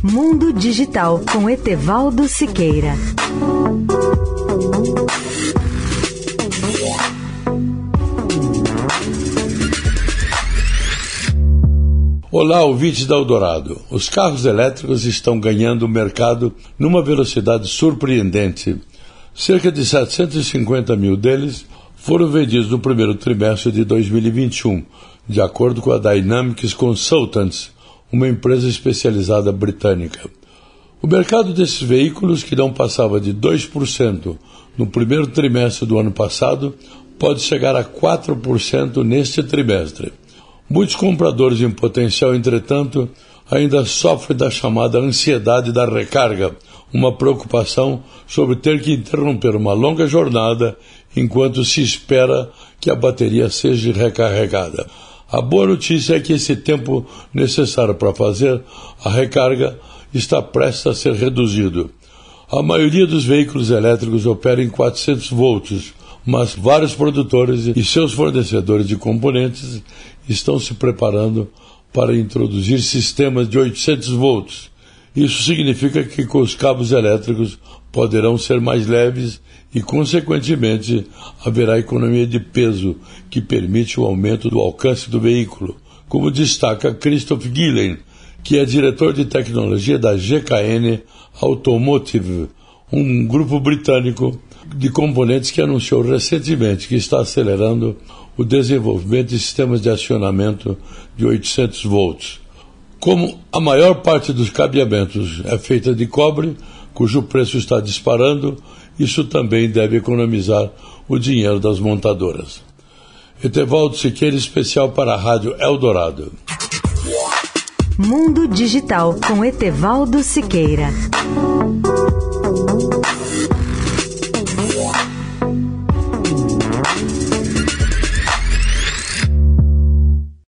Mundo Digital com Etevaldo Siqueira. Olá, ouvintes da Eldorado. Os carros elétricos estão ganhando o mercado numa velocidade surpreendente. Cerca de 750 mil deles foram vendidos no primeiro trimestre de 2021, de acordo com a Dynamics Consultants, uma empresa especializada britânica. O mercado desses veículos, que não passava de 2% no primeiro trimestre do ano passado, pode chegar a 4% neste trimestre. Muitos compradores em potencial, entretanto, ainda sofrem da chamada ansiedade da recarga, uma preocupação sobre ter que interromper uma longa jornada enquanto se espera que a bateria seja recarregada. A boa notícia é que esse tempo necessário para fazer a recarga está prestes a ser reduzido. A maioria dos veículos elétricos opera em 400 volts, mas vários produtores e seus fornecedores de componentes estão se preparando para introduzir sistemas de 800 volts. Isso significa que os cabos elétricos poderão ser mais leves e, consequentemente, haverá economia de peso que permite o aumento do alcance do veículo, como destaca Christoph Gillen, que é diretor de tecnologia da GKN Automotive, um grupo britânico de componentes que anunciou recentemente que está acelerando o desenvolvimento de sistemas de acionamento de 800 volts. Como a maior parte dos cabeamentos é feita de cobre, cujo preço está disparando, isso também deve economizar o dinheiro das montadoras. Etevaldo Siqueira, especial para a Rádio Eldorado. Mundo Digital com Etevaldo Siqueira.